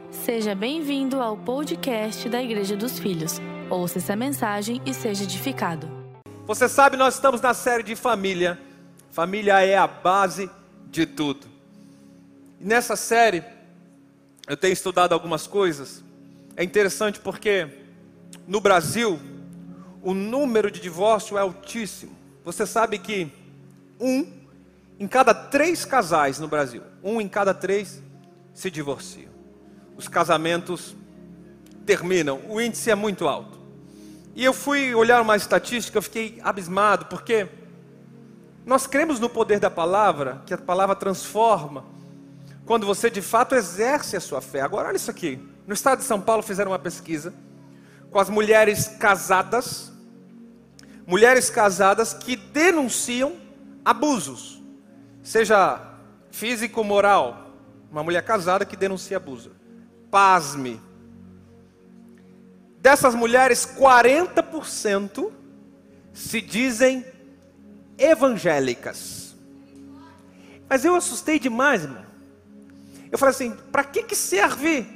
Seja bem-vindo ao podcast da Igreja dos Filhos. Ouça essa mensagem e seja edificado. Você sabe, nós estamos na série de família. Família é a base de tudo. E nessa série, eu tenho estudado algumas coisas. É interessante porque no Brasil, o número de divórcio é altíssimo. Você sabe que 1 em cada 3 casais no Brasil, 1 em cada 3 se divorciam. Os casamentos terminam, o índice é muito alto. E eu fui olhar uma estatística, eu fiquei abismado, porque nós cremos no poder da palavra, que a palavra transforma, quando você de fato exerce a sua fé. Agora olha isso aqui, no estado de São Paulo fizeram uma pesquisa com as mulheres casadas que denunciam abusos, seja físico ou moral. Uma mulher casada que denuncia abuso. Pasme, dessas mulheres 40% se dizem evangélicas. Mas eu assustei demais, irmão. Eu falei assim, para que serve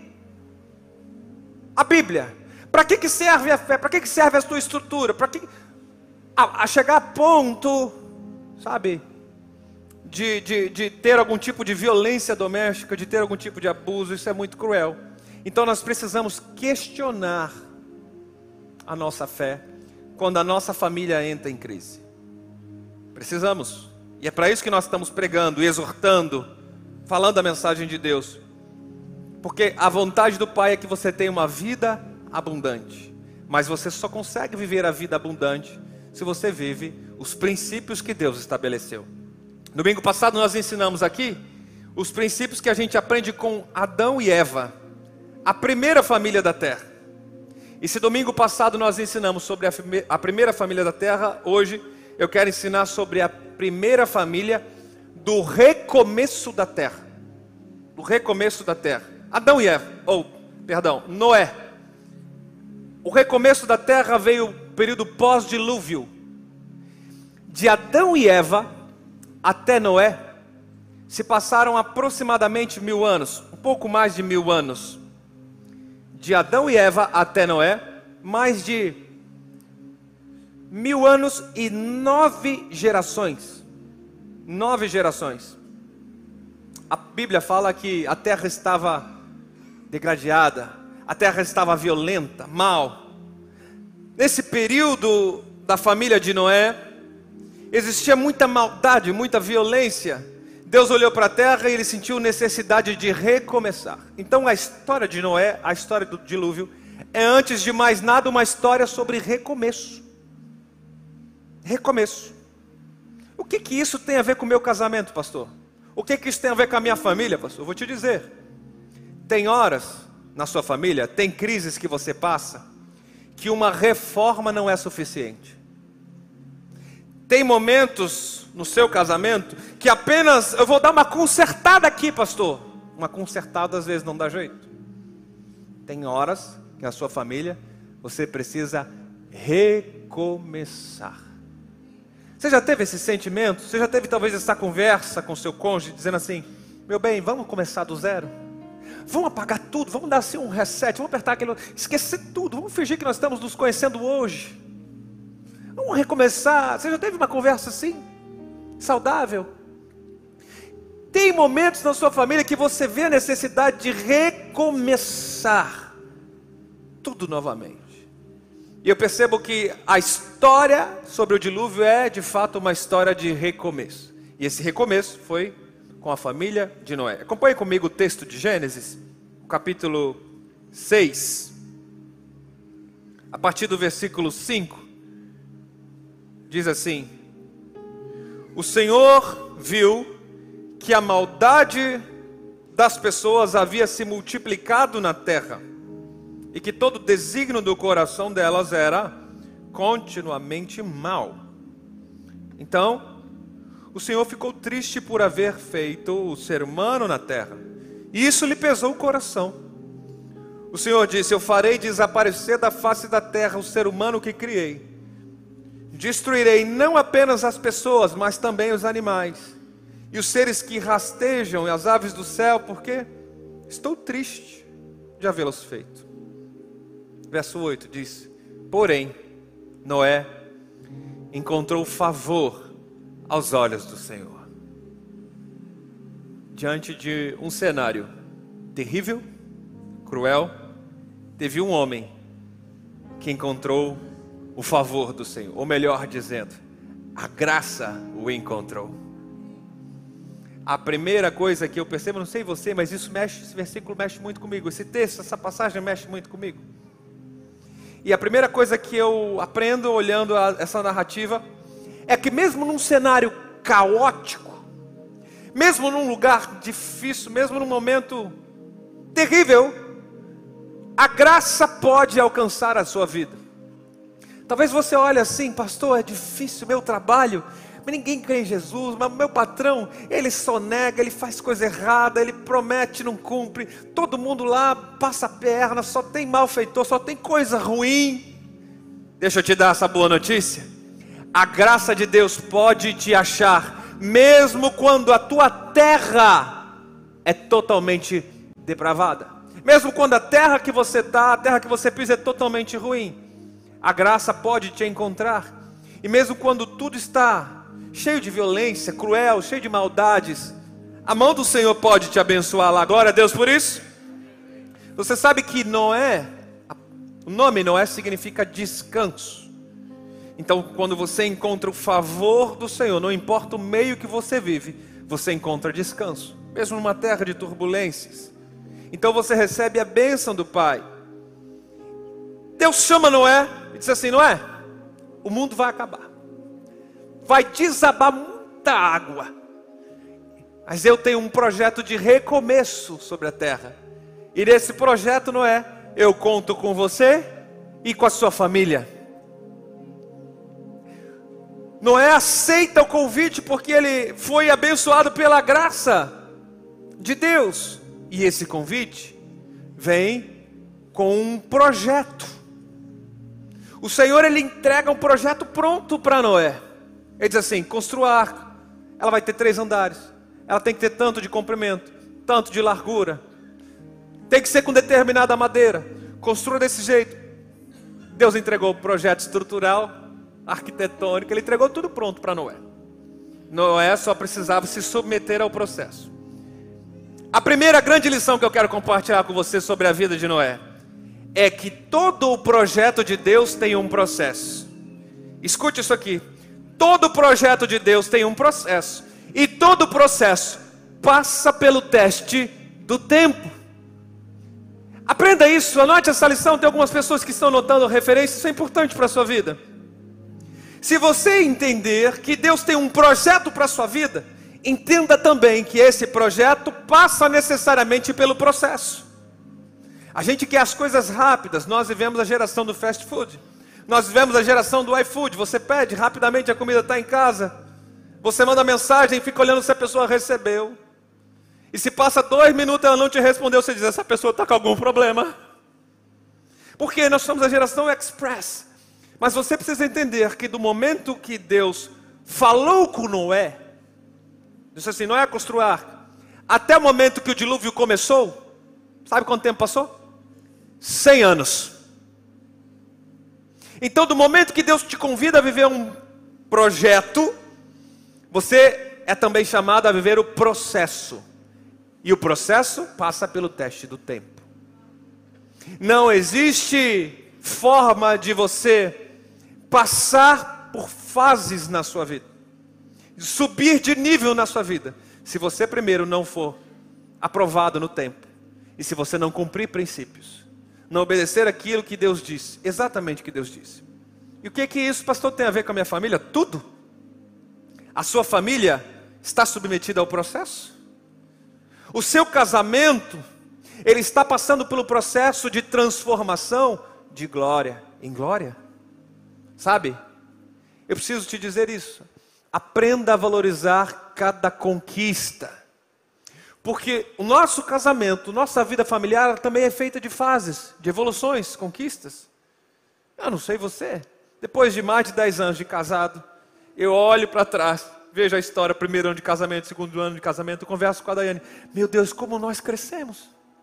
a Bíblia? Para que serve a fé? Para que serve a tua estrutura? Para que a chegar a ponto, sabe, de ter algum tipo de violência doméstica, de ter algum tipo de abuso? Isso é muito cruel. Então nós precisamos questionar a nossa fé quando a nossa família entra em crise. Precisamos. E é para isso que nós estamos pregando, exortando, falando a mensagem de Deus. Porque a vontade do Pai é que você tenha uma vida abundante. Mas você só consegue viver a vida abundante se você vive os princípios que Deus estabeleceu. No domingo passado nós ensinamos aqui os princípios que a gente aprende com Adão e Eva, a primeira família da terra. E se domingo passado nós ensinamos sobre a primeira família da terra, hoje eu quero ensinar sobre a primeira família do recomeço da terra. Do recomeço da terra. Adão e Eva, Noé. O recomeço da terra veio o período pós-dilúvio. De Adão e Eva até Noé, se passaram aproximadamente 1000 anos, um pouco mais de 1000 anos. De Adão e Eva até Noé, mais de 1000 anos e 9 gerações. 9 gerações. A Bíblia fala que a terra estava degradada, a terra estava violenta, mal. Nesse período da família de Noé, existia muita maldade, muita violência. Deus olhou para a terra e ele sentiu necessidade de recomeçar. Então a história de Noé, a história do dilúvio, é antes de mais nada uma história sobre recomeço. Recomeço. O que isso tem a ver com o meu casamento, pastor? O que isso tem a ver com a minha família, pastor? Eu vou te dizer. Tem horas na sua família, tem crises que você passa, que uma reforma não é suficiente. Tem momentos no seu casamento que apenas, eu vou dar uma consertada aqui, pastor. Uma consertada às vezes não dá jeito. Tem horas que na sua família você precisa recomeçar. Você já teve esse sentimento? Você já teve talvez essa conversa com seu cônjuge dizendo assim: meu bem, vamos começar do zero? Vamos apagar tudo, vamos dar assim um reset, vamos apertar aquele, esquecer tudo, vamos fingir que nós estamos nos conhecendo hoje. Vamos recomeçar. Você já teve uma conversa assim? Saudável? Tem momentos na sua família que você vê a necessidade de recomeçar tudo novamente. E eu percebo que a história sobre o dilúvio é de fato uma história de recomeço. E esse recomeço foi com a família de Noé. Acompanhe comigo o texto de Gênesis, capítulo 6, a partir do versículo 5. Diz assim: o Senhor viu que a maldade das pessoas havia se multiplicado na terra, e que todo desígnio do coração delas era continuamente mal. Então, o Senhor ficou triste por haver feito o ser humano na terra, e isso lhe pesou o coração. O Senhor disse: eu farei desaparecer da face da terra o ser humano que criei. Destruirei não apenas as pessoas, mas também os animais, e os seres que rastejam, e as aves do céu, porque estou triste de havê-los feito. Verso 8 diz: porém, Noé encontrou favor aos olhos do Senhor. Diante de um cenário terrível, cruel, teve um homem que encontrou o favor do Senhor, ou melhor dizendo, a graça o encontrou. A primeira coisa que eu percebo, não sei você, mas esse versículo mexe muito comigo, esse texto, essa passagem mexe muito comigo. E a primeira coisa que eu aprendo olhando essa narrativa é que mesmo num cenário caótico, mesmo num lugar difícil, mesmo num momento terrível, a graça pode alcançar a sua vida. Talvez você olhe assim: pastor, é difícil meu trabalho, mas ninguém crê em Jesus, mas meu patrão, ele só nega, ele faz coisa errada, ele promete, não cumpre, todo mundo lá passa a perna, só tem malfeitor, só tem coisa ruim. Deixa eu te dar essa boa notícia: a graça de Deus pode te achar, mesmo quando a tua terra é totalmente depravada, mesmo quando a terra que você está, a terra que você pisa é totalmente ruim, a graça pode te encontrar. E mesmo quando tudo está cheio de violência, cruel, cheio de maldades, a mão do Senhor pode te abençoar lá. Glória a Deus por isso. Você sabe que Noé, o nome Noé significa descanso. Então quando você encontra o favor do Senhor, não importa o meio que você vive, você encontra descanso, mesmo numa terra de turbulências. Então você recebe a bênção do Pai. Deus chama Noé e diz assim: Noé, o mundo vai acabar, vai desabar muita água, mas eu tenho um projeto de recomeço sobre a terra. E nesse projeto, Noé, eu conto com você e com a sua família. Noé aceita o convite porque ele foi abençoado pela graça de Deus. E esse convite vem com um projeto. O Senhor, ele entrega um projeto pronto para Noé. Ele diz assim: construa a arca, ela vai ter 3 andares, ela tem que ter tanto de comprimento, tanto de largura, tem que ser com determinada madeira, construa desse jeito. Deus entregou o projeto estrutural, arquitetônico, ele entregou tudo pronto para Noé. Noé só precisava se submeter ao processo. A primeira grande lição que eu quero compartilhar com você sobre a vida de Noé é que todo o projeto de Deus tem um processo. Escute isso aqui: todo projeto de Deus tem um processo, e todo processo passa pelo teste do tempo. Aprenda isso, anote essa lição. Tem algumas pessoas que estão notando referências, isso é importante para a sua vida. Se você entender que Deus tem um projeto para a sua vida, entenda também que esse projeto passa necessariamente pelo processo. A gente quer as coisas rápidas. Nós vivemos a geração do fast food, nós vivemos a geração do iFood. Você pede, rapidamente a comida está em casa, você manda mensagem e fica olhando se a pessoa recebeu, e se passa 2 minutos e ela não te respondeu, você diz: essa pessoa está com algum problema. Porque nós somos a geração express. Mas você precisa entender que do momento que Deus falou com Noé, disse assim: Noé, construa a arca, até o momento que o dilúvio começou, sabe quanto tempo passou? 100 anos. Então do momento que Deus te convida a viver um projeto, você é também chamado a viver o processo. E o processo passa pelo teste do tempo. Não existe forma de você passar por fases na sua vida, subir de nível na sua vida, se você primeiro não for aprovado no tempo, e se você não cumprir princípios, não obedecer aquilo que Deus disse, exatamente o que Deus disse. E o que isso, pastor, tem a ver com a minha família? Tudo. A sua família está submetida ao processo. O seu casamento, ele está passando pelo processo de transformação de glória em glória. Sabe, eu preciso te dizer isso: aprenda a valorizar cada conquista, porque o nosso casamento, nossa vida familiar também é feita de fases, de evoluções, conquistas. Eu não sei você, depois de mais de 10 anos de casado, eu olho para trás, vejo a história, 1º ano de casamento, 2º ano de casamento, eu converso com a Daiane: meu Deus, como nós crescemos,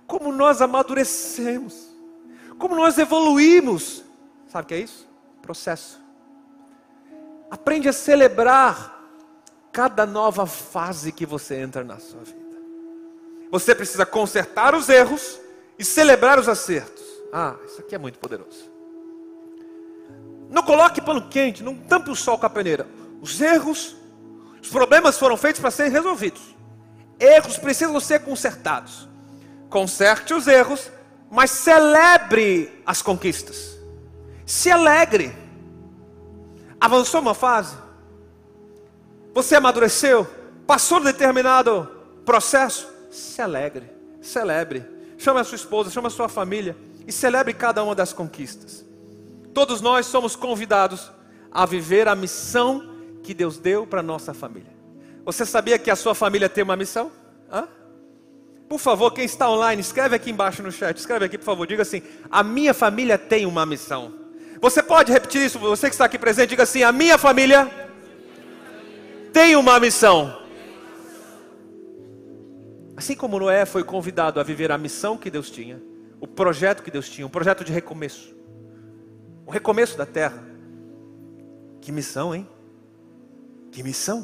como nós amadurecemos, como nós evoluímos. Sabe o que é isso? Processo. Aprende a celebrar cada nova fase que você entra na sua vida. Você precisa consertar os erros e celebrar os acertos. Isso aqui é muito poderoso. Não coloque pano quente, não tampe o sol com a peneira. Os erros, os problemas foram feitos para serem resolvidos. Erros precisam ser consertados. Conserte os erros, mas celebre as conquistas. Se alegre. Avançou uma fase. Você amadureceu. Passou de determinado processo. Se alegre. Celebre. Chame a sua esposa, chame a sua família. E celebre cada uma das conquistas. Todos nós somos convidados a viver a missão que Deus deu para a nossa família. Você sabia que a sua família tem uma missão? Por favor, quem está online, escreve aqui embaixo no chat. Escreve aqui, por favor, diga assim: a minha família tem uma missão. Você pode repetir isso, você que está aqui presente, diga assim: a minha família tem uma missão. Assim como Noé foi convidado a viver a missão que Deus tinha, o projeto que Deus tinha, um projeto de recomeço. O recomeço da terra. Que missão, hein? Que missão.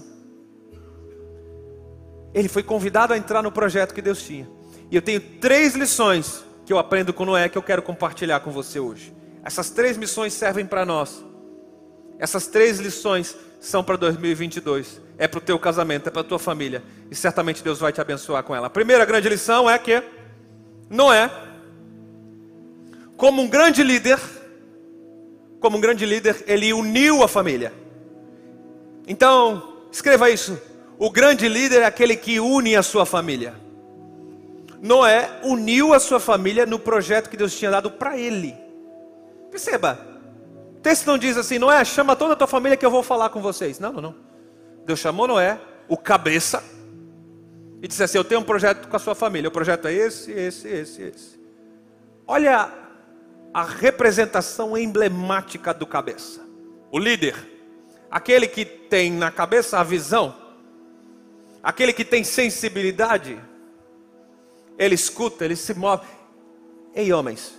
Ele foi convidado a entrar no projeto que Deus tinha. E eu tenho 3 lições que eu aprendo com Noé que eu quero compartilhar com você hoje. Essas 3 missões servem para nós. Essas 3 lições são para 2022. É para o teu casamento, é para a tua família. E certamente Deus vai te abençoar com ela. A primeira grande lição é que Noé, como um grande líder, ele uniu a família. Então, escreva isso. O grande líder é aquele que une a sua família. Noé uniu a sua família no projeto que Deus tinha dado para ele. Perceba, o texto não diz assim: Noé, chama toda a tua família que eu vou falar com vocês. Não. Deus chamou Noé, o cabeça, e disse assim: eu tenho um projeto com a sua família. O projeto é esse. Olha a representação emblemática do cabeça. O líder, aquele que tem na cabeça a visão, aquele que tem sensibilidade, ele escuta, ele se move. Ei, homens,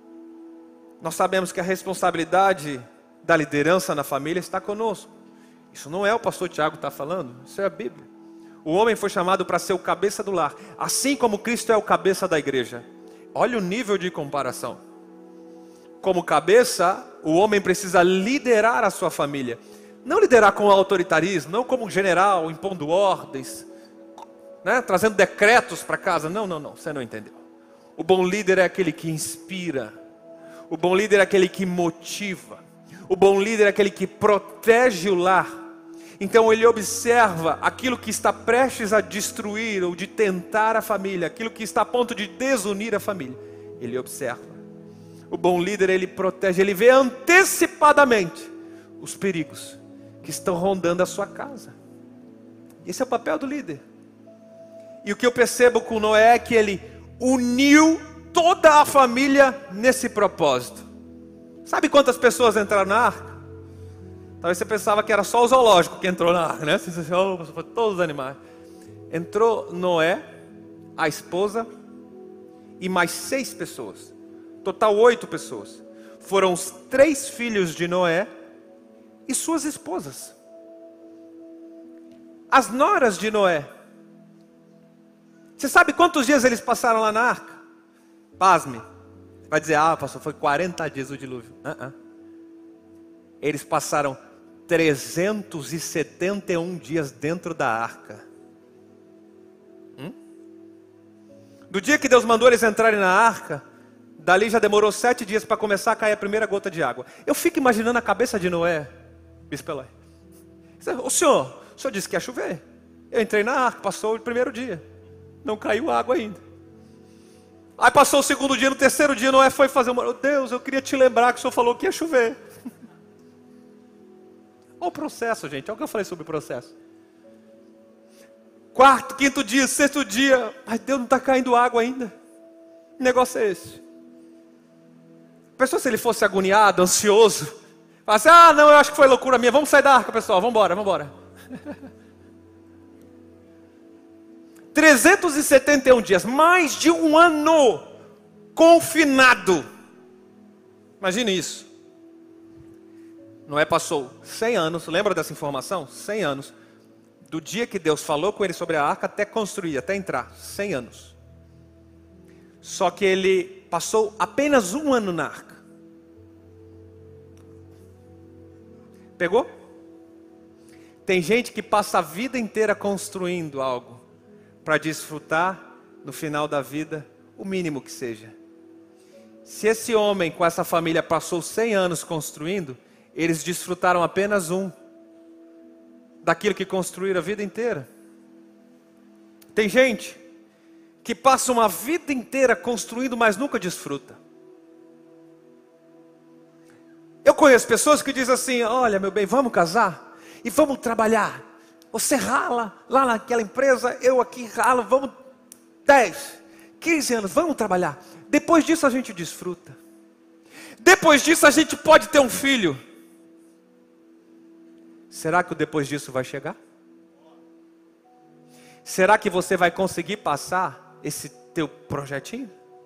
nós sabemos que a responsabilidade da liderança na família está conosco. Isso não é o pastor Tiago que está falando, isso é a Bíblia. O homem foi chamado para ser o cabeça do lar, assim como Cristo é o cabeça da igreja. Olha o nível de comparação. Como cabeça, o homem precisa liderar a sua família. Não liderar com autoritarismo, não como um general impondo ordens, trazendo decretos para casa. Não, você não entendeu. O bom líder é aquele que inspira. O bom líder é aquele que motiva. O bom líder é aquele que protege o lar. Então ele observa aquilo que está prestes a destruir ou de tentar a família, aquilo que está a ponto de desunir a família. Ele observa. O bom líder, ele protege, ele vê antecipadamente os perigos que estão rondando a sua casa. Esse é o papel do líder. E o que eu percebo com Noé é que ele uniu toda a família nesse propósito. Sabe quantas pessoas entraram na arca? Talvez você pensava que era só o zoológico que entrou na arca, né? Você disse, todos os animais. Entrou Noé, a esposa e mais 6 pessoas. Total 8 pessoas. Foram os 3 filhos de Noé e suas esposas. As noras de Noé. Você sabe quantos dias eles passaram lá na arca? Pasme. Vai dizer, pastor, foi 40 dias o dilúvio. Eles passaram 371 dias dentro da arca. Do dia que Deus mandou eles entrarem na arca, dali já demorou 7 dias para começar a cair a primeira gota de água. Eu fico imaginando a cabeça de Noé. Bispo Eloy. O senhor disse que ia chover. Eu entrei na arca, passou o primeiro dia. Não caiu água ainda. Aí passou o segundo dia, no terceiro dia Noé foi fazer uma... Deus, eu queria te lembrar que o senhor falou que ia chover. Olha o processo, gente. Olha o que eu falei sobre o processo. 4º, 5º dia, 6º dia. Ai, Deus, não está caindo água ainda. Que negócio é esse? Pessoal, se ele fosse agoniado, ansioso, falasse, não, eu acho que foi loucura minha. Vamos sair da arca, pessoal. Vamos embora. 371 dias, mais de um ano confinado. Imagine isso. Noé passou 100 anos, lembra dessa informação? 100 anos. Do dia que Deus falou com ele sobre a arca até construir, até entrar. 100 anos. Só que ele passou apenas um ano na arca. Pegou? Tem gente que passa a vida inteira construindo algo para desfrutar no final da vida o mínimo que seja. Se esse homem com essa família passou 100 anos construindo, eles desfrutaram apenas um daquilo que construíram a vida inteira. Tem gente que passa uma vida inteira construindo, mas nunca desfruta. Eu conheço pessoas que dizem assim: olha, meu bem, vamos casar e vamos trabalhar. Você rala lá naquela empresa, eu aqui ralo, vamos 10, 15 anos, vamos trabalhar. Depois disso a gente desfruta. Depois disso a gente pode ter um filho. Será que o depois disso vai chegar? Será que você vai conseguir passar esse teu projetinho?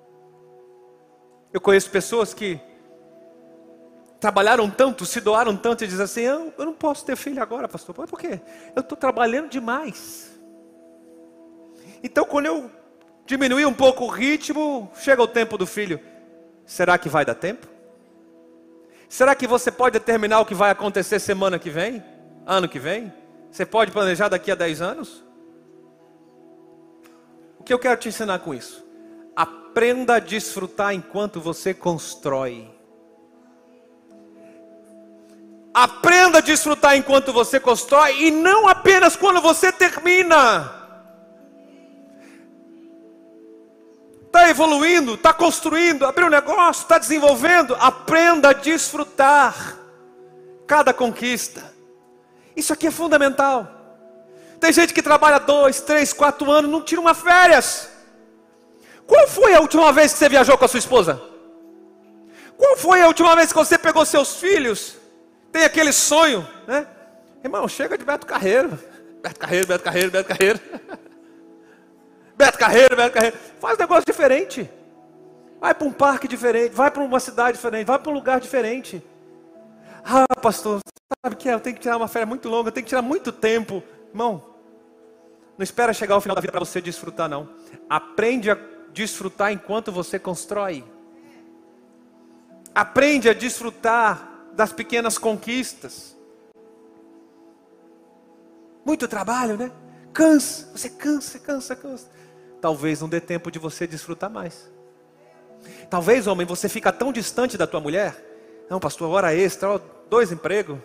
Eu conheço pessoas que trabalharam tanto, se doaram tanto e dizem assim: eu não posso ter filho agora, pastor. Por quê? Eu estou trabalhando demais. Então quando eu diminuir um pouco o ritmo, chega o tempo do filho. Será que vai dar tempo? Será que você pode determinar o que vai acontecer semana que vem? Ano que vem? Você pode planejar daqui a 10 anos? O que eu quero te ensinar com isso? Aprenda a desfrutar enquanto você constrói. Aprenda a desfrutar enquanto você constrói e não apenas quando você termina. Está evoluindo, está construindo, abriu um negócio, está desenvolvendo. Aprenda a desfrutar cada conquista. Isso aqui é fundamental. Tem gente que trabalha 2, 3, 4 anos, não tira uma férias. Qual foi a última vez que você viajou com a sua esposa? Qual foi a última vez que você pegou seus filhos? Tem aquele sonho, né? Irmão, chega de Beto Carreiro. Beto Carreiro, Beto Carreiro, Beto Carreiro. Beto Carreiro, Beto Carreiro. Faz um negócio diferente. Vai para um parque diferente. Vai para uma cidade diferente. Vai para um lugar diferente. Ah, pastor, sabe que eu tenho que tirar uma férias muito longa. Eu tenho que tirar muito tempo. Irmão, não espera chegar ao final da vida para você desfrutar, não. Aprende a desfrutar enquanto você constrói. Aprende a desfrutar das pequenas conquistas. Muito trabalho, né? Cansa, você cansa. Talvez não dê tempo de você desfrutar mais. Talvez, homem, você fica tão distante da tua mulher. Não, pastor, hora extra, ó, 2 empregos.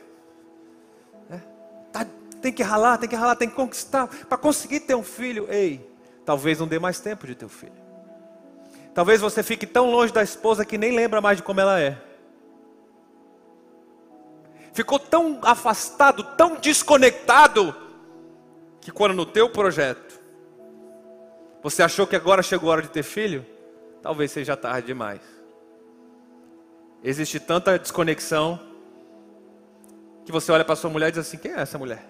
Tem que ralar, tem que conquistar. Para conseguir ter um filho. Ei, talvez não dê mais tempo de ter um filho. Talvez você fique tão longe da esposa que nem lembra mais de como ela é. Ficou tão afastado, tão desconectado, que quando no teu projeto você achou que agora chegou a hora de ter filho, talvez seja tarde demais. Existe tanta desconexão que você olha para sua mulher e diz assim: quem é essa mulher?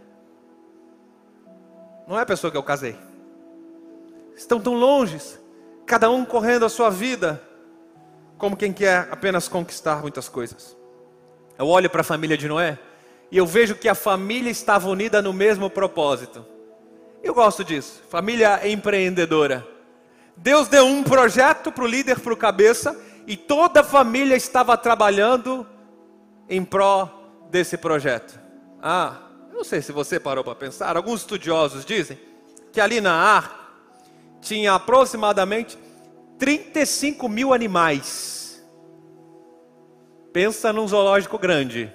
Não é a pessoa que eu casei. Estão tão longe, cada um correndo a sua vida, como quem quer apenas conquistar muitas coisas. Eu olho para a família de Noé e eu vejo que a família estava unida no mesmo propósito. Eu gosto disso, família empreendedora. Deus deu um projeto para o líder, para o cabeça, e toda a família estava trabalhando em pró desse projeto. Eu não sei se você parou para pensar, alguns estudiosos dizem que ali na arca tinha aproximadamente 35 mil animais. Pensa num zoológico grande.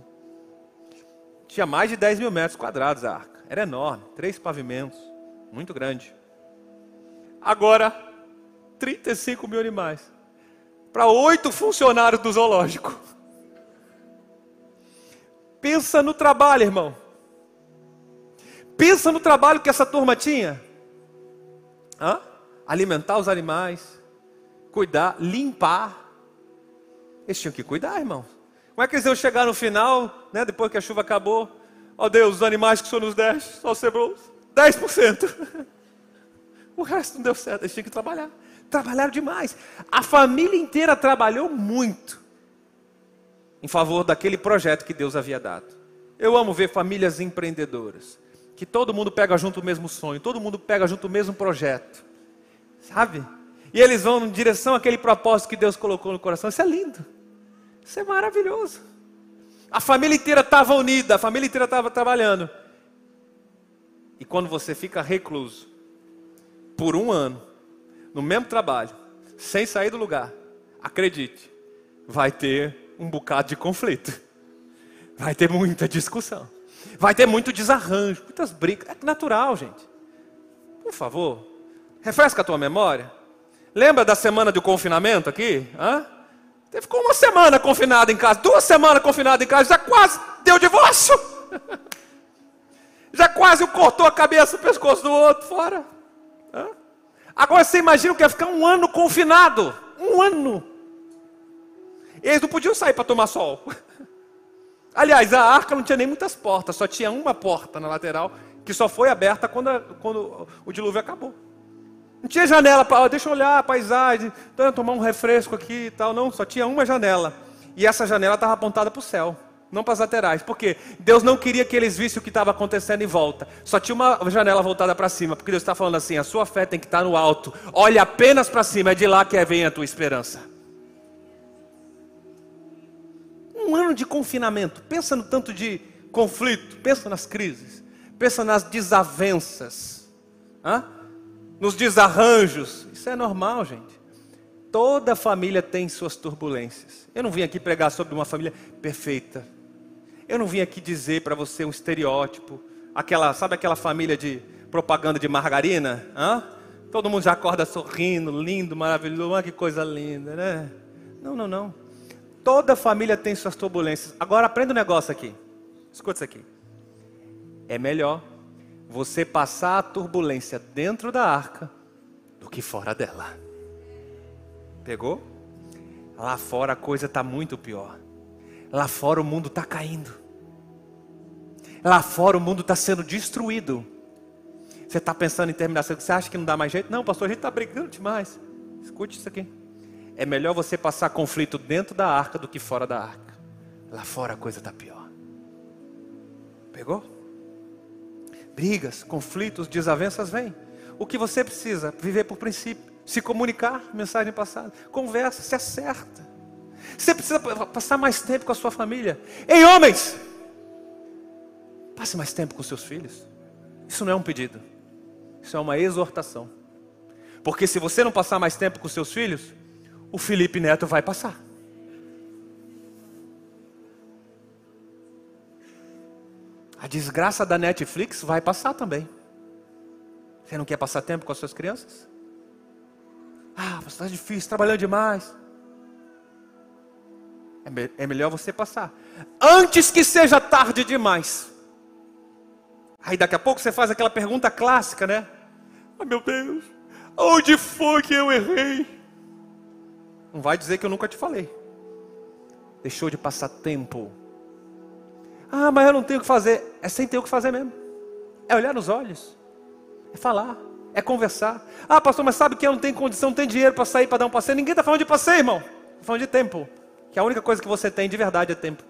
Tinha mais de 10 mil metros quadrados a arca. Era enorme, 3 pavimentos, muito grande. Agora, 35 mil animais. Para 8 funcionários do zoológico. Pensa no trabalho, irmão. Pensa no trabalho que essa turma tinha. Alimentar os animais, cuidar, limpar. Eles tinham que cuidar, irmão. Como é que eles iam chegar no final, né, depois que a chuva acabou? Ó Deus, os animais que o Senhor nos deste, só sobrou 10%. O resto não deu certo, eles tinham que trabalhar. Trabalharam demais. A família inteira trabalhou muito em favor daquele projeto que Deus havia dado. Eu amo ver famílias empreendedoras, que todo mundo pega junto o mesmo sonho, todo mundo pega junto o mesmo projeto, sabe? E eles vão em direção àquele propósito que Deus colocou no coração. Isso é lindo, isso é maravilhoso. A família inteira estava unida, a família inteira estava trabalhando. E quando você fica recluso por 1 ano, no mesmo trabalho, sem sair do lugar, acredite, vai ter um bocado de conflito, vai ter muita discussão, vai ter muito desarranjo, muitas brigas. É natural, gente. Por favor, refresca a tua memória. Lembra da semana do confinamento aqui? Você ficou 1 semana confinado em casa, 2 semanas confinado em casa, já quase deu divórcio. Já quase cortou a cabeça, o pescoço do outro fora. Agora você imagina o que é ficar 1 ano confinado. 1 ano. Eles não podiam sair para tomar sol. Aliás, a arca não tinha nem muitas portas, só tinha uma porta na lateral, que só foi aberta quando o dilúvio acabou. Não tinha janela para, deixa eu olhar a paisagem, tomar um refresco aqui e tal. Não, só tinha uma janela. E essa janela estava apontada para o céu, não para as laterais. Por quê? Deus não queria que eles vissem o que estava acontecendo em volta. Só tinha uma janela voltada para cima, porque Deus está falando assim, a sua fé tem que estar no alto. Olhe apenas para cima, é de lá que vem a tua esperança. 1 ano de confinamento. Pensa no tanto de conflito, pensa nas crises, pensa nas desavenças, nos desarranjos. Isso é normal, gente. Toda família tem suas turbulências. Eu não vim aqui pregar sobre uma família perfeita. Eu não vim aqui dizer para você um estereótipo. Sabe aquela família de propaganda de margarina? Todo mundo já acorda sorrindo, lindo, maravilhoso. Que coisa linda, né? Não. Toda família tem suas turbulências. Agora aprenda um negócio aqui. Escuta isso aqui. É melhor você passar a turbulência dentro da arca do que fora dela. Pegou? Lá fora a coisa está muito pior. Lá fora o mundo está caindo. Lá fora o mundo está sendo destruído. Você está pensando em terminar, você acha que não dá mais jeito? Não, pastor, a gente está brigando demais. Escute isso aqui. É melhor você passar conflito dentro da arca do que fora da arca. Lá fora a coisa está pior. Pegou? Brigas, conflitos, desavenças vêm. O que você precisa? Viver por princípio. Se comunicar, mensagem passada. Conversa, se acerta. Você precisa passar mais tempo com a sua família. Ei, homens! Passe mais tempo com seus filhos. Isso não é um pedido. Isso é uma exortação. Porque se você não passar mais tempo com seus filhos, o Felipe Neto vai passar. A desgraça da Netflix vai passar também. Você não quer passar tempo com as suas crianças? Está difícil, trabalhando demais. É melhor você passar antes que seja tarde demais. Aí daqui a pouco você faz aquela pergunta clássica, né? Meu Deus, onde foi que eu errei? Não vai dizer que eu nunca te falei. Deixou de passar tempo. Mas eu não tenho o que fazer. É sem ter o que fazer mesmo. É olhar nos olhos. É falar. É conversar. Pastor, mas sabe que eu não tenho condição, não tenho dinheiro para sair, para dar um passeio. Ninguém está falando de passeio, irmão. Está falando de tempo. Que a única coisa que você tem de verdade é tempo.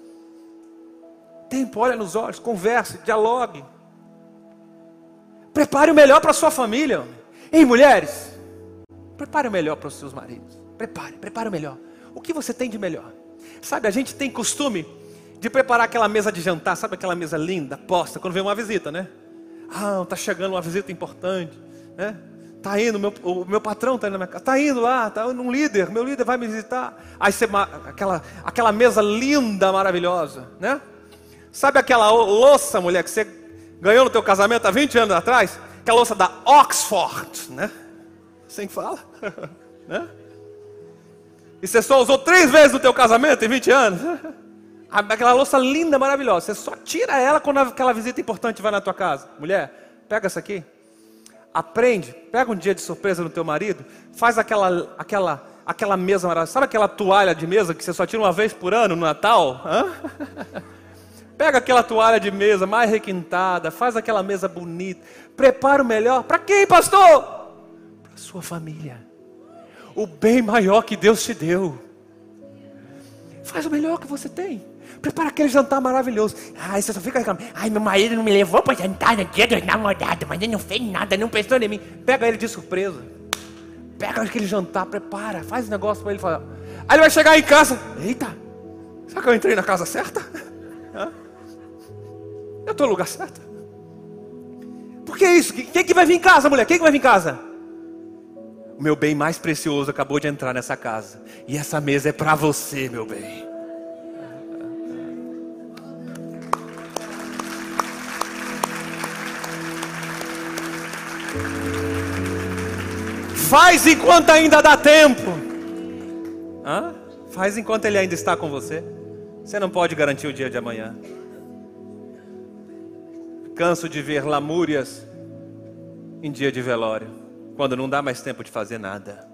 Tempo, olha nos olhos, converse, dialogue. Prepare o melhor para a sua família. Ei, mulheres, prepare o melhor para os seus maridos. Prepare o melhor. O que você tem de melhor? Sabe, a gente tem costume de preparar aquela mesa de jantar. Sabe aquela mesa linda, posta, quando vem uma visita, né? Está chegando uma visita importante, né? Está indo, o meu patrão está indo na minha casa. Está indo lá, está indo um líder, meu líder vai me visitar. Aí você, aquela mesa linda, maravilhosa, né? Sabe aquela louça, mulher, que você ganhou no teu casamento há 20 anos atrás? Aquela louça da Oxford, né? Assim que fala, né? E você só usou 3 vezes no teu casamento em 20 anos? Aquela louça linda, maravilhosa. Você só tira ela quando aquela visita importante vai na tua casa. Mulher, pega essa aqui. Aprende, pega um dia de surpresa no teu marido. Faz aquela mesa maravilhosa. Sabe aquela toalha de mesa que você só tira uma vez por ano no Natal? Pega aquela toalha de mesa mais requintada. Faz aquela mesa bonita. Prepara o melhor. Para quem, pastor? A sua família. O bem maior que Deus te deu. Faz o melhor que você tem. Prepara aquele jantar maravilhoso. Ai, você só fica reclamando. Ai, meu marido não me levou para jantar no dia dos namorados, mas ele não fez nada, não pensou em mim. Pega ele de surpresa. Pega aquele jantar, prepara, faz um negócio para ele falar. Aí ele vai chegar em casa. Eita, será que eu entrei na casa certa? Eu estou no lugar certo? Por que isso? Quem que vai vir em casa, mulher? Quem que vai vir em casa? O meu bem mais precioso acabou de entrar nessa casa. E essa mesa é para você, meu bem. Faz enquanto ainda dá tempo. Faz enquanto ele ainda está com você. Você não pode garantir o dia de amanhã. Canso de ver lamúrias em dia de velório, quando não dá mais tempo de fazer nada.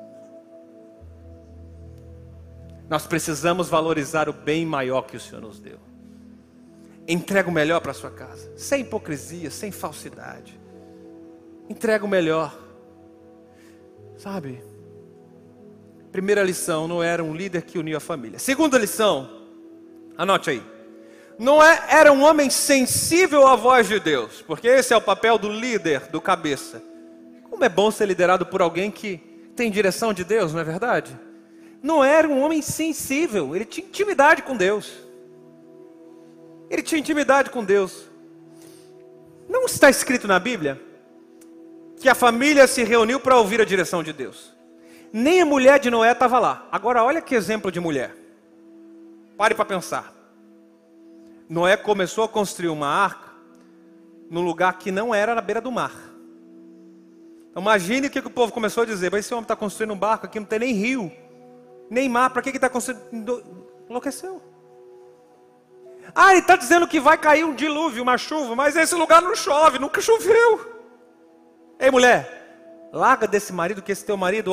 Nós precisamos valorizar o bem maior que o Senhor nos deu. Entrega o melhor para a sua casa, sem hipocrisia, sem falsidade. Entrega o melhor. Sabe? Primeira lição, não era um líder que unia a família. Segunda lição, anote aí. Não era um homem sensível à voz de Deus, porque esse é o papel do líder, do cabeça. Como é bom ser liderado por alguém que tem direção de Deus, não é verdade? Não era um homem sensível, ele tinha intimidade com Deus. Ele tinha intimidade com Deus. Não está escrito na Bíblia que a família se reuniu para ouvir a direção de Deus. Nem a mulher de Noé estava lá. Agora olha que exemplo de mulher. Pare para pensar. Noé começou a construir uma arca num lugar que não era na beira do mar. Então, imagine o que o povo começou a dizer. Mas esse homem está construindo um barco aqui, não tem nem rio, nem mar, para que está construindo? Enlouqueceu. Ele está dizendo que vai cair um dilúvio, uma chuva, mas esse lugar não chove, nunca choveu. Ei, mulher, larga desse marido, que esse teu marido,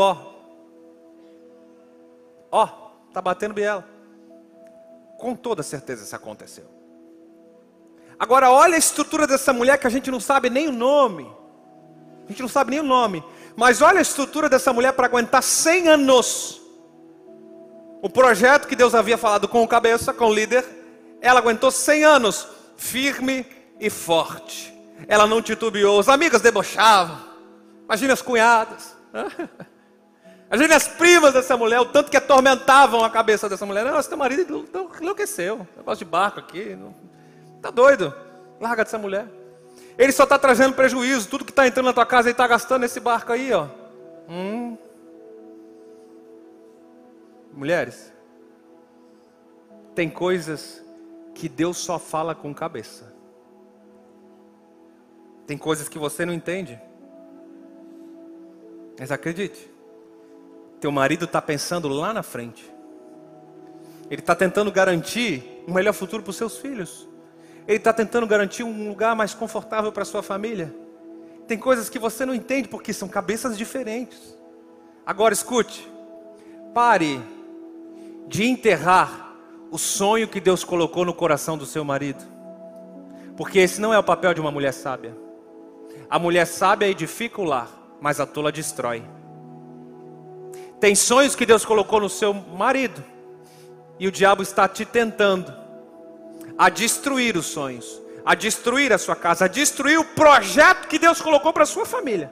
tá batendo biela. Com toda certeza isso aconteceu. Agora olha a estrutura dessa mulher, que a gente não sabe nem o nome. A gente não sabe nem o nome. Mas olha a estrutura dessa mulher para aguentar 100 anos. O projeto que Deus havia falado com o cabeça, com o líder, ela aguentou 100 anos, firme e forte. Ela não titubeou. As amigas debochavam. Imagina as cunhadas. Imagina as primas dessa mulher, o tanto que atormentavam a cabeça dessa mulher. Nossa, teu marido enlouqueceu. Negócio de barco aqui. Tá doido. Larga dessa mulher. Ele só está trazendo prejuízo. Tudo que está entrando na tua casa, ele está gastando nesse barco aí, Mulheres, tem coisas que Deus só fala com cabeça. Tem coisas que você não entende. Mas acredite, teu marido está pensando lá na frente. Ele está tentando garantir um melhor futuro para os seus filhos. Ele está tentando garantir um lugar mais confortável para a sua família. Tem coisas que você não entende porque são cabeças diferentes. Agora escute. Pare de enterrar o sonho que Deus colocou no coração do seu marido. Porque esse não é o papel de uma mulher sábia. A mulher sábia edifica o lar, mas a tola destrói. Tem sonhos que Deus colocou no seu marido, e o diabo está te tentando a destruir os sonhos, a destruir a sua casa, a destruir o projeto que Deus colocou para a sua família.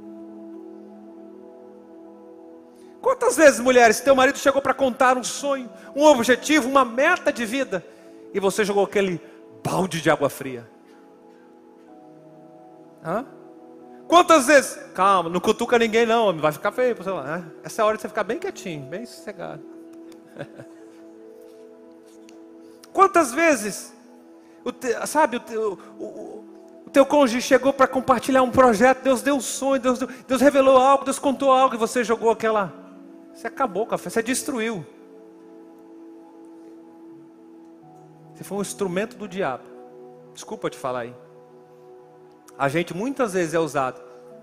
Quantas vezes, mulheres, teu marido chegou para contar um sonho, um objetivo, uma meta de vida, e você jogou aquele balde de água fria? Quantas vezes? Calma, não cutuca ninguém não, vai ficar feio. Essa é a hora de você ficar bem quietinho, bem sossegado. Quantas vezes, o teu cônjuge chegou para compartilhar um projeto, Deus deu um sonho, Deus revelou algo, Deus contou algo, e você jogou aquela... Você acabou com a fé, você destruiu. Você foi um instrumento do diabo. Desculpa te falar aí. A gente muitas vezes é usado.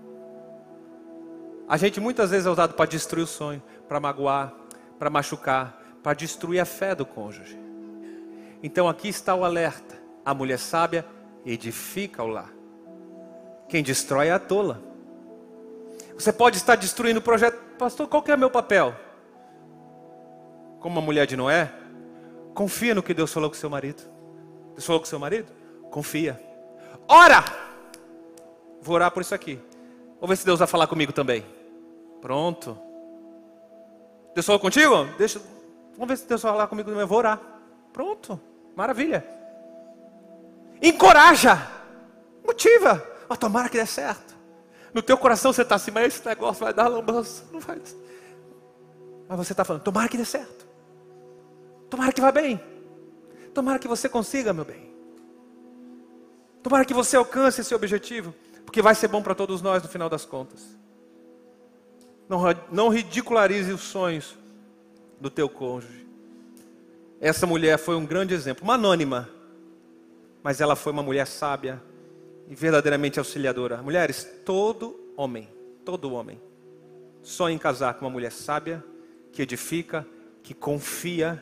Para destruir o sonho, para magoar, para machucar, para destruir a fé do cônjuge. Então aqui está o alerta. A mulher sábia edifica o lar. Quem destrói é a tola. Você pode estar destruindo o projeto. Pastor, qual que é o meu papel? Como uma mulher de Noé, confia no que Deus falou com seu marido. Deus falou com seu marido? Confia. Ora! Vou orar por isso aqui. Vou ver se Deus vai falar comigo também. Pronto. Deus falou contigo? Vamos ver se Deus vai falar comigo também. Eu vou orar. Pronto. Maravilha. Encoraja. Motiva. Oh, tomara que dê certo. No teu coração você está assim, mas esse negócio vai dar lambança. Não vai. Mas você está falando, tomara que dê certo. Tomara que vá bem. Tomara que você consiga, meu bem. Tomara que você alcance esse objetivo. Porque vai ser bom para todos nós no final das contas. Não ridicularize os sonhos do teu cônjuge. Essa mulher foi um grande exemplo. Uma anônima. Mas ela foi uma mulher sábia e verdadeiramente auxiliadora. Mulheres, todo homem sonha em casar com uma mulher sábia, que edifica, que confia.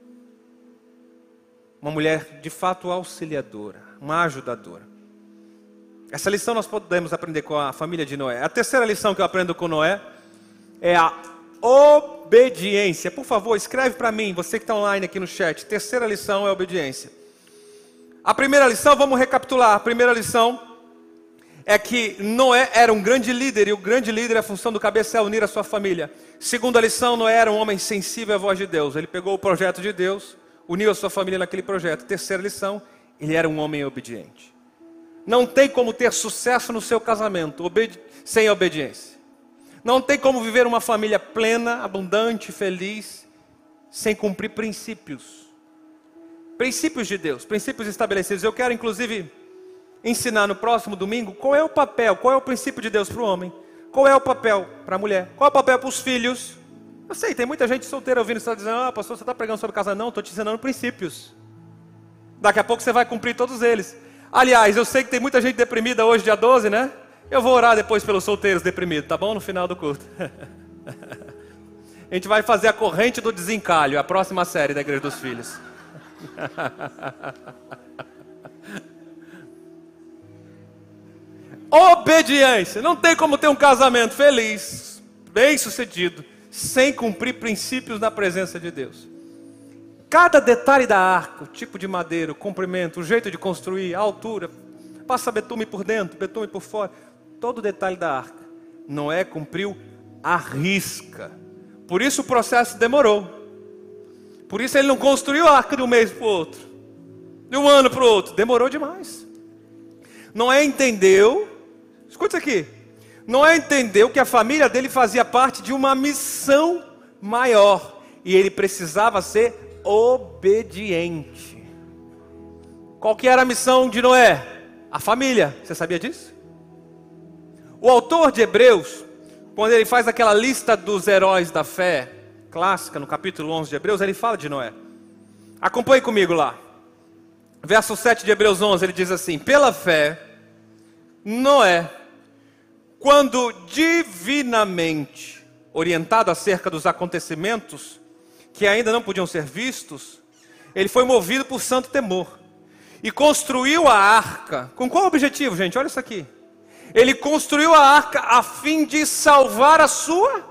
Uma mulher de fato auxiliadora, uma ajudadora. Essa lição nós podemos aprender com a família de Noé. A terceira lição que eu aprendo com Noé é a obediência. Por favor, escreve para mim, você que está online aqui no chat. Terceira lição é a obediência. A primeira lição, vamos recapitular. A primeira lição é que Noé era um grande líder, e o grande líder, a função do cabeça é unir a sua família. Segunda lição, Noé era um homem sensível à voz de Deus. Ele pegou o projeto de Deus, uniu a sua família naquele projeto. Terceira lição, ele era um homem obediente. Não tem como ter sucesso no seu casamento sem obediência. Não tem como viver uma família plena, abundante, feliz, sem cumprir princípios. Princípios de Deus, princípios estabelecidos. Eu quero inclusive ensinar no próximo domingo qual é o papel, qual é o princípio de Deus para o homem, qual é o papel para a mulher, qual é o papel para os filhos. Eu sei, tem muita gente solteira ouvindo, você está dizendo, pastor, você está pregando sobre casamento? Não, estou te ensinando princípios. Daqui a pouco você vai cumprir todos eles. Aliás, eu sei que tem muita gente deprimida hoje, dia 12, né? Eu vou orar depois pelos solteiros deprimidos, tá bom? No final do culto. A gente vai fazer a corrente do desencalho, a próxima série da Igreja dos Filhos. Obediência. Não tem como ter um casamento feliz, bem sucedido, sem cumprir princípios na presença de Deus. Cada detalhe da arca, o tipo de madeira, o comprimento, o jeito de construir, a altura, passa betume por dentro, betume por fora, todo detalhe da arca, Noé cumpriu à risca. Por isso o processo demorou. Por isso ele não construiu a arca de um mês para o outro, de um ano para o outro, demorou demais. Noé entendeu, escuta isso aqui, Noé entendeu que a família dele fazia parte de uma missão maior, e ele precisava ser obediente. Qual que era a missão de Noé? A família, você sabia disso? O autor de Hebreus, quando ele faz aquela lista dos heróis da fé clássica, no capítulo 11 de Hebreus, ele fala de Noé. Acompanhe comigo lá. Verso 7 de Hebreus 11, ele diz assim: pela fé, Noé, quando divinamente orientado acerca dos acontecimentos que ainda não podiam ser vistos, ele foi movido por santo temor e construiu a arca. Com qual objetivo, gente? Olha isso aqui. Ele construiu a arca a fim de salvar a sua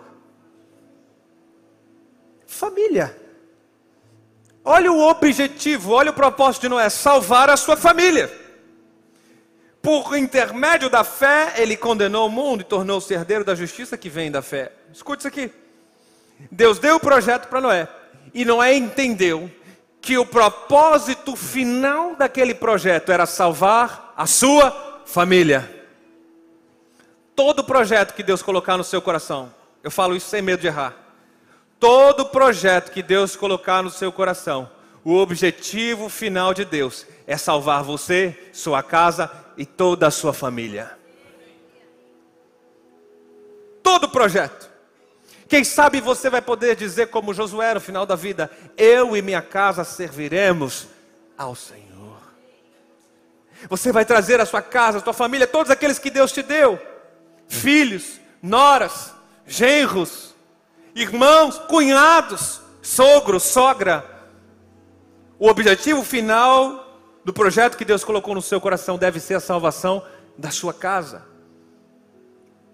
família. Olha o objetivo, olha o propósito de Noé: salvar a sua família. Por intermédio da fé, ele condenou o mundo e tornou-se herdeiro da justiça que vem da fé. Escute isso aqui. Deus deu o projeto para Noé, e Noé entendeu que o propósito final daquele projeto era salvar a sua família. Todo projeto que Deus colocar no seu coração, eu falo isso sem medo de errar, todo projeto que Deus colocar no seu coração, o objetivo final de Deus é salvar você, sua casa e toda a sua família. Todo projeto. Quem sabe você vai poder dizer como Josué no final da vida: eu e minha casa serviremos ao Senhor. Você vai trazer a sua casa, a sua família, todos aqueles que Deus te deu, filhos, noras, genros, irmãos, cunhados, sogro, sogra. O objetivo final do projeto que Deus colocou no seu coração deve ser a salvação da sua casa.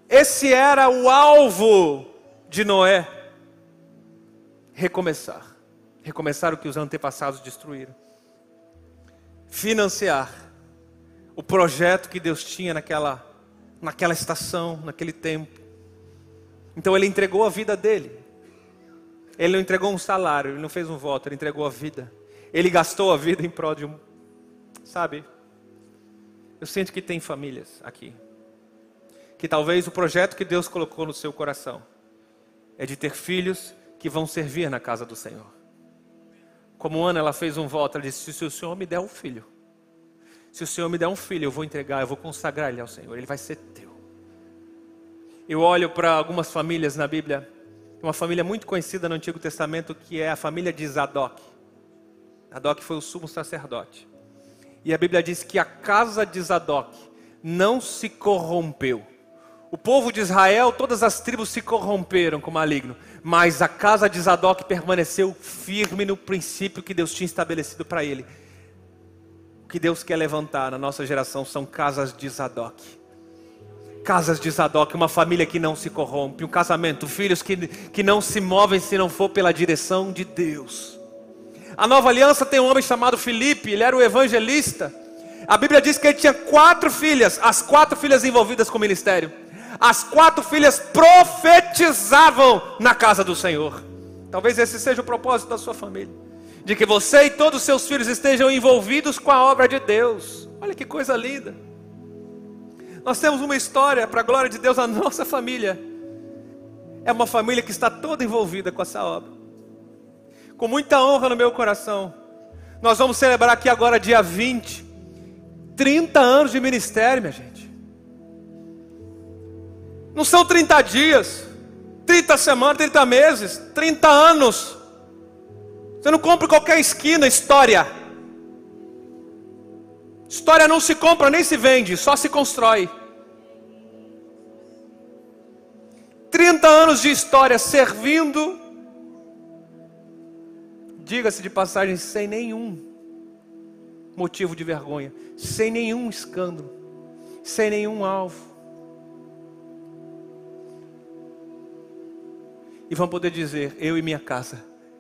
Esse era o alvo de Noé. Recomeçar. Recomeçar o que os antepassados destruíram. Financiar o projeto que Deus tinha naquela estação, naquele tempo. Então ele entregou a vida dele. Ele não entregou um salário, ele não fez um voto, ele entregou a vida. Ele gastou a vida em prol de sabe? Eu sinto que tem famílias aqui, que talvez o projeto que Deus colocou no seu coração é de ter filhos que vão servir na casa do Senhor. Como Ana, ela fez um voto, ela disse: se o Senhor me der um filho, se o Senhor me der um filho, eu vou entregar, eu vou consagrar ele ao Senhor, ele vai ser teu. Eu olho para algumas famílias na Bíblia, uma família muito conhecida no Antigo Testamento, que é a família de Zadok. Zadok foi o sumo sacerdote. E a Bíblia diz que a casa de Zadok não se corrompeu. O povo de Israel, todas as tribos se corromperam com o maligno, mas a casa de Zadok permaneceu firme no princípio que Deus tinha estabelecido para ele. O que Deus quer levantar na nossa geração são casas de Zadok. Casas de Zadok, uma família que não se corrompe, um casamento, filhos que não se movem se não for pela direção de Deus. A nova aliança tem um homem chamado Filipe, ele era o evangelista. A Bíblia diz que ele tinha 4 filhas, as 4 filhas envolvidas com o ministério. As 4 filhas profetizavam na casa do Senhor. Talvez esse seja o propósito da sua família, de que você e todos os seus filhos estejam envolvidos com a obra de Deus. Olha que coisa linda. Nós temos uma história para a glória de Deus. A nossa família é uma família que está toda envolvida com essa obra. Com muita honra no meu coração, nós vamos celebrar aqui agora dia 20 30 anos de ministério, minha gente. Não são 30 dias, 30 semanas, 30 meses, 30 anos. Você não compra em qualquer esquina história. História não se compra nem se vende, só se constrói. 30 anos de história servindo, diga-se de passagem, sem nenhum motivo de vergonha, sem nenhum escândalo, sem nenhum alvo. E vão poder dizer: eu e minha casa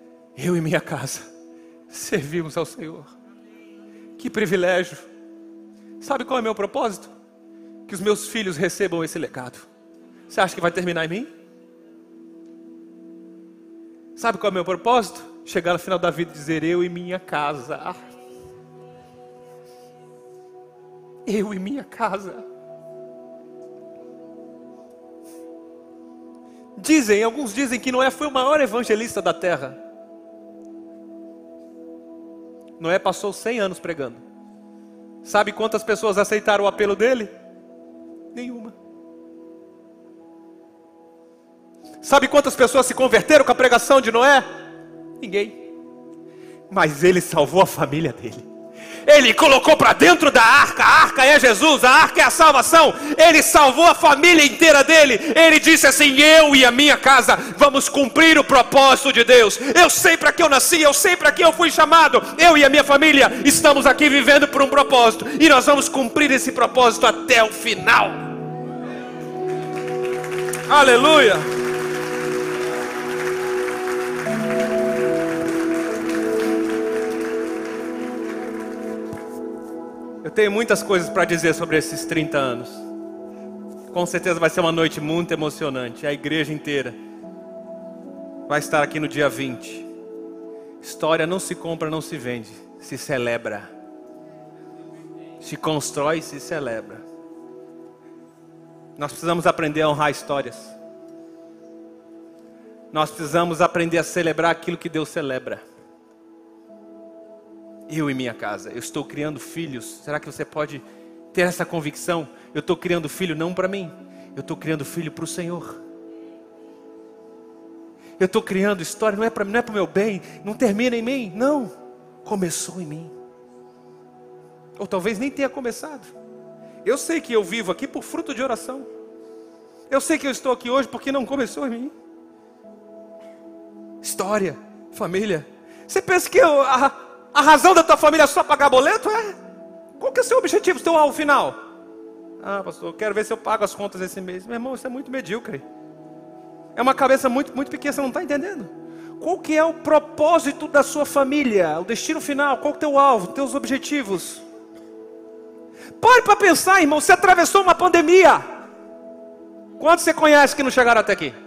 servimos ao Senhor. Que privilégio. Sabe qual é o meu propósito? Que os meus filhos recebam esse legado. Você acha que vai terminar em mim? Sabe qual é o meu propósito? Chegar no final da vida e dizer: eu e minha casa. Eu e minha casa. Alguns dizem que Noé foi o maior evangelista da terra. Noé passou 100 anos pregando. Sabe quantas pessoas aceitaram o apelo dele? Nenhuma. Sabe quantas pessoas se converteram com a pregação de Noé? Ninguém. Mas ele salvou a família dele. Ele colocou para dentro da arca. A arca é Jesus, a arca é a salvação. Ele salvou a família inteira dele. Ele disse assim: eu e a minha casa vamos cumprir o propósito de Deus. Eu sei para que eu nasci, eu sei para que eu fui chamado. Eu e a minha família estamos aqui vivendo por um propósito, e nós vamos cumprir esse propósito até o final. Aleluia. Eu tenho muitas coisas para dizer sobre esses 30 anos. Com certeza vai ser uma noite muito emocionante. A igreja inteira vai estar aqui no dia 20. História não se compra, não se vende, se celebra. Se constrói, se celebra. Nós precisamos aprender a honrar histórias. Nós precisamos aprender a celebrar aquilo que Deus celebra. Eu e minha casa, eu estou criando filhos. Será que você pode ter essa convicção? Eu estou criando filho não para mim, eu estou criando filho para o Senhor. Eu estou criando história, não é para o meu bem, não termina em mim, não, começou em mim. Ou talvez nem tenha começado. Eu sei que eu vivo aqui por fruto de oração. Eu sei que eu estou aqui hoje porque não começou em mim. História, família. Você pensa que a razão da tua família é só pagar boleto? É? Qual que é o seu objetivo, o seu alvo final? Ah, pastor, eu quero ver se eu pago as contas esse mês. Meu irmão, isso é muito medíocre. É uma cabeça muito, muito pequena, você não está entendendo. Qual que é o propósito da sua família? O destino final, qual que é o teu alvo, os teus objetivos? Pare para pensar, irmão, você atravessou uma pandemia. Quantos você conhece que não chegaram até aqui?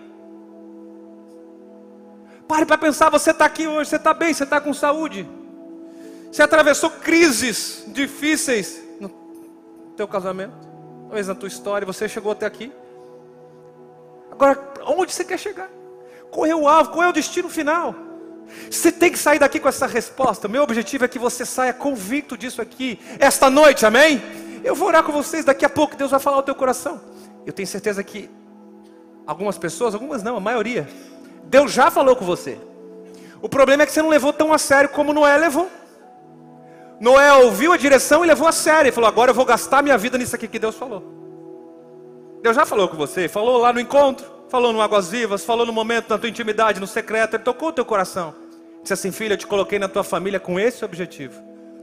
Pare para pensar, você está aqui hoje, você está bem, você está com saúde. Você atravessou crises difíceis no teu casamento, talvez na tua história, você chegou até aqui. Agora, onde você quer chegar? Qual é o alvo? Qual é o destino final? Você tem que sair daqui com essa resposta. Meu objetivo é que você saia convicto disso aqui, esta noite, amém? Eu vou orar com vocês daqui a pouco, Deus vai falar ao teu coração. Eu tenho certeza que algumas pessoas, algumas não, a maioria, Deus já falou com você. O problema é que você não levou tão a sério como Noé levou. Noé ouviu a direção e levou a sério. Ele falou, agora eu vou gastar minha vida nisso aqui que Deus falou. Deus já falou com você, falou lá no encontro, falou no Águas Vivas, falou no momento da tua intimidade, no secreto. Ele tocou o teu coração. Disse assim, filho, eu te coloquei na tua família com esse objetivo.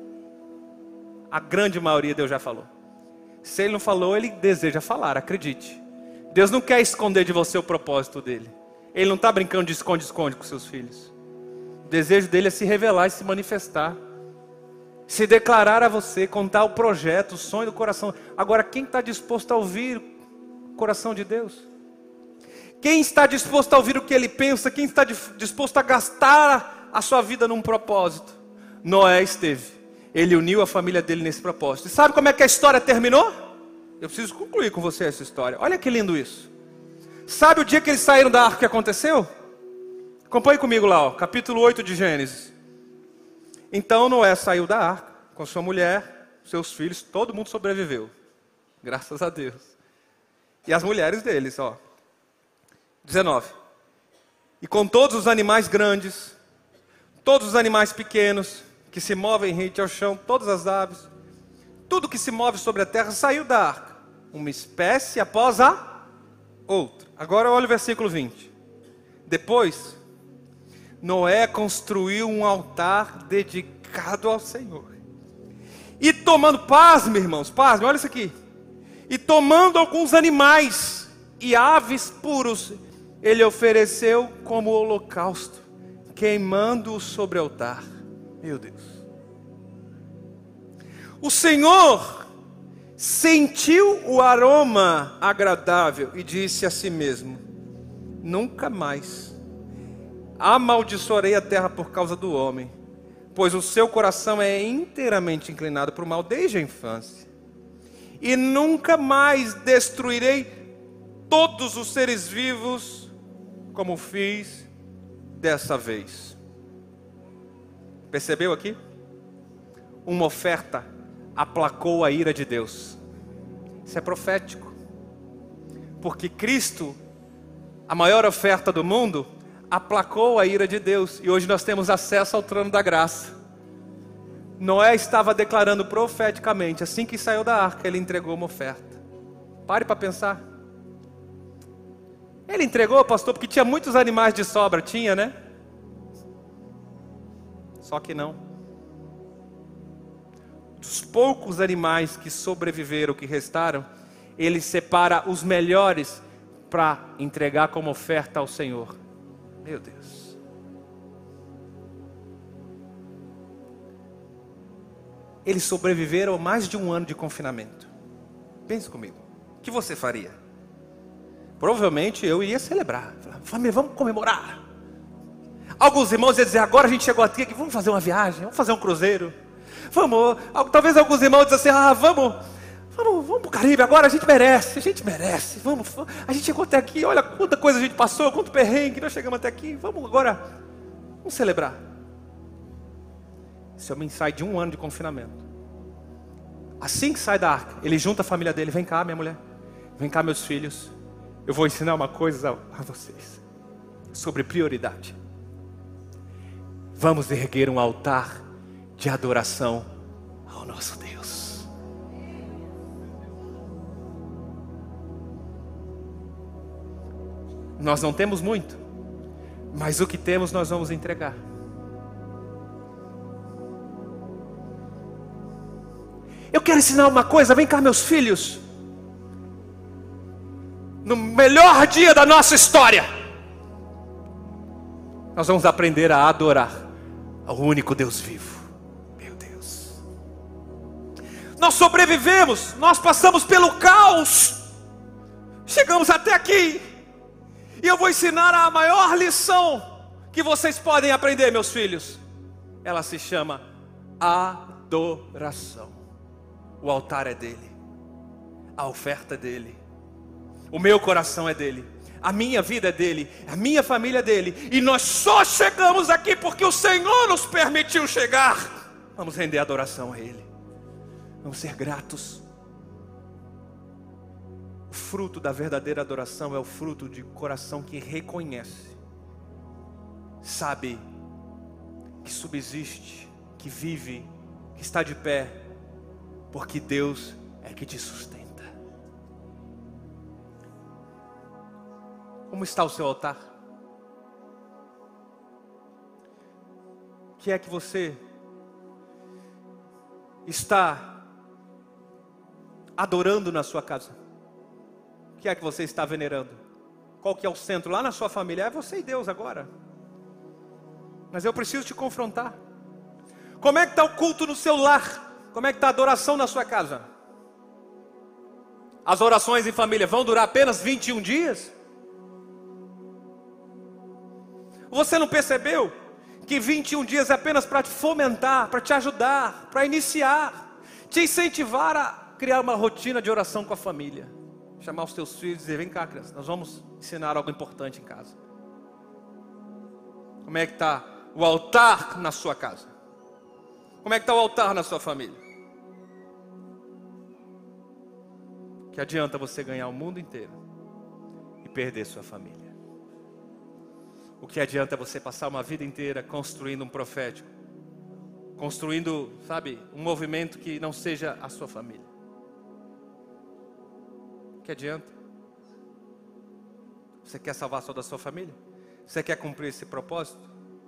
A grande maioria Deus já falou. Se Ele não falou, Ele deseja falar, acredite. Deus não quer esconder de você o propósito dEle. Ele não está brincando de esconde-esconde com seus filhos. O desejo dEle é se revelar e se manifestar. Se declarar a você, contar o projeto, o sonho do coração. Agora, quem está disposto a ouvir o coração de Deus? Quem está disposto a ouvir o que Ele pensa? Quem está disposto a gastar a sua vida num propósito? Noé esteve. Ele uniu a família dele nesse propósito. E sabe como é que a história terminou? Eu preciso concluir com você essa história. Olha que lindo isso. Sabe o dia que eles saíram da arca que aconteceu? Acompanhe comigo lá, ó, capítulo 8 de Gênesis. Então Noé saiu da arca com sua mulher, seus filhos, todo mundo sobreviveu. Graças a Deus. E as mulheres deles, ó. 19. E com todos os animais grandes, todos os animais pequenos, que se movem rente ao chão, todas as aves, tudo que se move sobre a terra, saiu da arca, uma espécie após a outra. Agora olha o versículo 20. Depois, Noé construiu um altar dedicado ao Senhor. E tomando, pasme irmãos, pasme, olha isso aqui. E tomando alguns animais e aves puros, ele ofereceu como holocausto, queimando-o sobre o altar. Meu Deus. O Senhor sentiu o aroma agradável e disse a si mesmo, nunca mais amaldiçoarei a terra por causa do homem, pois o seu coração é inteiramente inclinado para o mal desde a infância. E nunca mais destruirei todos os seres vivos como fiz dessa vez. Percebeu aqui? Uma oferta aplacou a ira de Deus. Isso é profético. Porque Cristo, a maior oferta do mundo, aplacou a ira de Deus. E hoje nós temos acesso ao trono da graça. Noé estava declarando profeticamente, assim que saiu da arca, ele entregou uma oferta. Pare para pensar. Ele entregou, pastor, porque tinha muitos animais de sobra, tinha, né? Só que não. Dos poucos animais que sobreviveram, que restaram, ele separa os melhores para entregar como oferta ao Senhor. Meu Deus. Eles sobreviveram mais de um ano de confinamento. Pense comigo. O que você faria? Provavelmente eu ia celebrar. Família, vamos comemorar. Alguns irmãos iam dizer, agora a gente chegou aqui, vamos fazer uma viagem, vamos fazer um cruzeiro. Vamos, talvez alguns irmãos dizem assim, vamos para o Caribe, agora a gente merece. Vamos, a gente chegou até aqui, olha quanta coisa a gente passou, quanto perrengue, nós chegamos até aqui, vamos celebrar. Esse homem sai de um ano de confinamento. Assim que sai da arca, ele junta a família dele, vem cá minha mulher, vem cá meus filhos, eu vou ensinar uma coisa a vocês, sobre prioridade. Vamos erguer um altar de adoração ao nosso Deus. Nós não temos muito, mas o que temos nós vamos entregar. Eu quero ensinar uma coisa, vem cá meus filhos. no melhor dia da nossa história, nós vamos aprender a adorar ao único Deus vivo. Meu Deus. Nós sobrevivemos, nós passamos pelo caos, chegamos até aqui. E eu vou ensinar a maior lição que vocês podem aprender, meus filhos. Ela se chama adoração. O altar é dele, a oferta é dele, o meu coração é dele, a minha vida é dele, a minha família é dele. E nós só chegamos aqui porque o Senhor nos permitiu chegar. Vamos render adoração a ele, vamos ser gratos. O fruto da verdadeira adoração é o fruto de coração que reconhece, sabe que subsiste, que vive, que está de pé, porque Deus é que te sustenta. Como está o seu altar? O que é que você está adorando na sua casa? O que é que você está venerando? Qual que é o centro? Lá na sua família é você e Deus agora. Mas eu preciso te confrontar. Como é que está o culto no seu lar? Como é que está a adoração na sua casa? As orações em família vão durar apenas 21 dias? Você não percebeu que 21 dias é apenas para te fomentar, para te ajudar, para iniciar, te incentivar a criar uma rotina de oração com a família? Chamar os teus filhos e dizer: vem cá, criança, nós vamos ensinar algo importante em casa. Como é que está o altar na sua casa? Como é que está o altar na sua família? Que adianta você ganhar o mundo inteiro e perder sua família? O que adianta você passar uma vida inteira construindo um profético, construindo, sabe, um movimento que não seja a sua família? O que adianta? Você quer salvar só da sua família? Você quer cumprir esse propósito?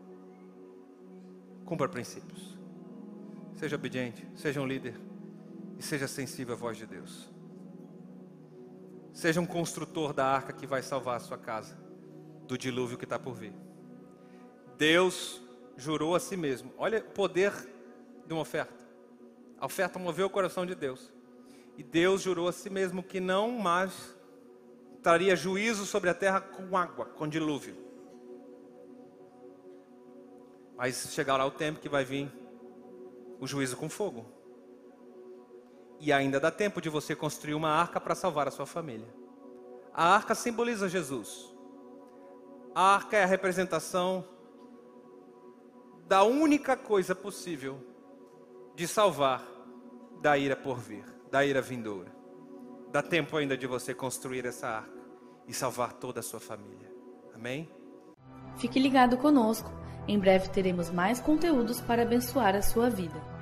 Cumpra princípios. Seja obediente, seja um líder e seja sensível à voz de Deus. Seja um construtor da arca que vai salvar a sua casa do dilúvio que está por vir. Deus jurou a si mesmo. Olha o poder de uma oferta. A oferta moveu o coração de Deus. E Deus jurou a si mesmo que não mais traria juízo sobre a terra com água, com dilúvio. Mas chegará o tempo que vai vir o juízo com fogo. E ainda dá tempo de você construir uma arca para salvar a sua família. A arca simboliza Jesus. A arca é a representação da única coisa possível de salvar da ira por vir, da ira vindoura. Dá tempo ainda de você construir essa arca e salvar toda a sua família. Amém? Fique ligado conosco. Em breve teremos mais conteúdos para abençoar a sua vida.